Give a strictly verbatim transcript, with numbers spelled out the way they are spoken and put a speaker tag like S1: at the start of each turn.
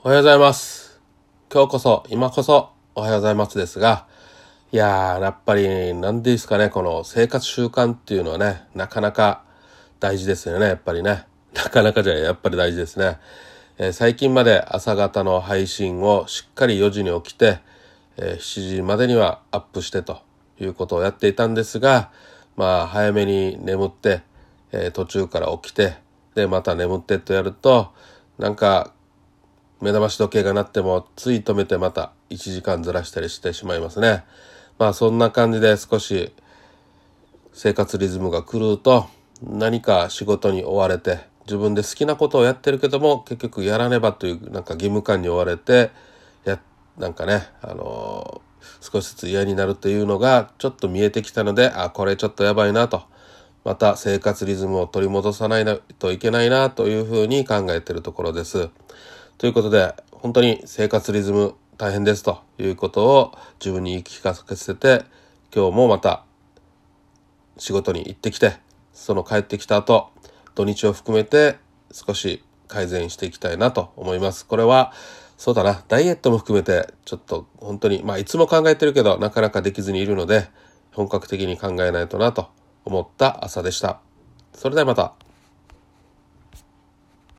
S1: おはようございます。今日こそ、今こそ、おはようございますですが、いやー、やっぱり、なんでですかね、この生活習慣っていうのはね、なかなか大事ですよね、やっぱりね。なかなかじゃない、やっぱり大事ですね。えー最近まで朝方の配信をしっかりよじに起きて、えーしちじまでにはアップしてということをやっていたんですが、まあ、早めに眠って、えー途中から起きて、で、また眠ってとやると、なんか、目覚まし時計が鳴ってもつい止めてまたいちじかんずらしたりしてしまいますね。まあそんな感じで少し生活リズムが狂うと、何か仕事に追われて自分で好きなことをやってるけども結局やらねばというなんか義務感に追われてやなんかねあのー少しずつ嫌になるというのがちょっと見えてきたので、あこれちょっとやばいなと、また生活リズムを取り戻さないといけないなというふうに考えているところです。ということで、本当に生活リズム大変ですということを自分に言い聞かせて、今日もまた仕事に行ってきて、その帰ってきた後、土日を含めて少し改善していきたいなと思います。これは、そうだな、ダイエットも含めて、ちょっと本当に、まあいつも考えてるけど、なかなかできずにいるので、本格的に考えないとなと思った朝でした。それではまた。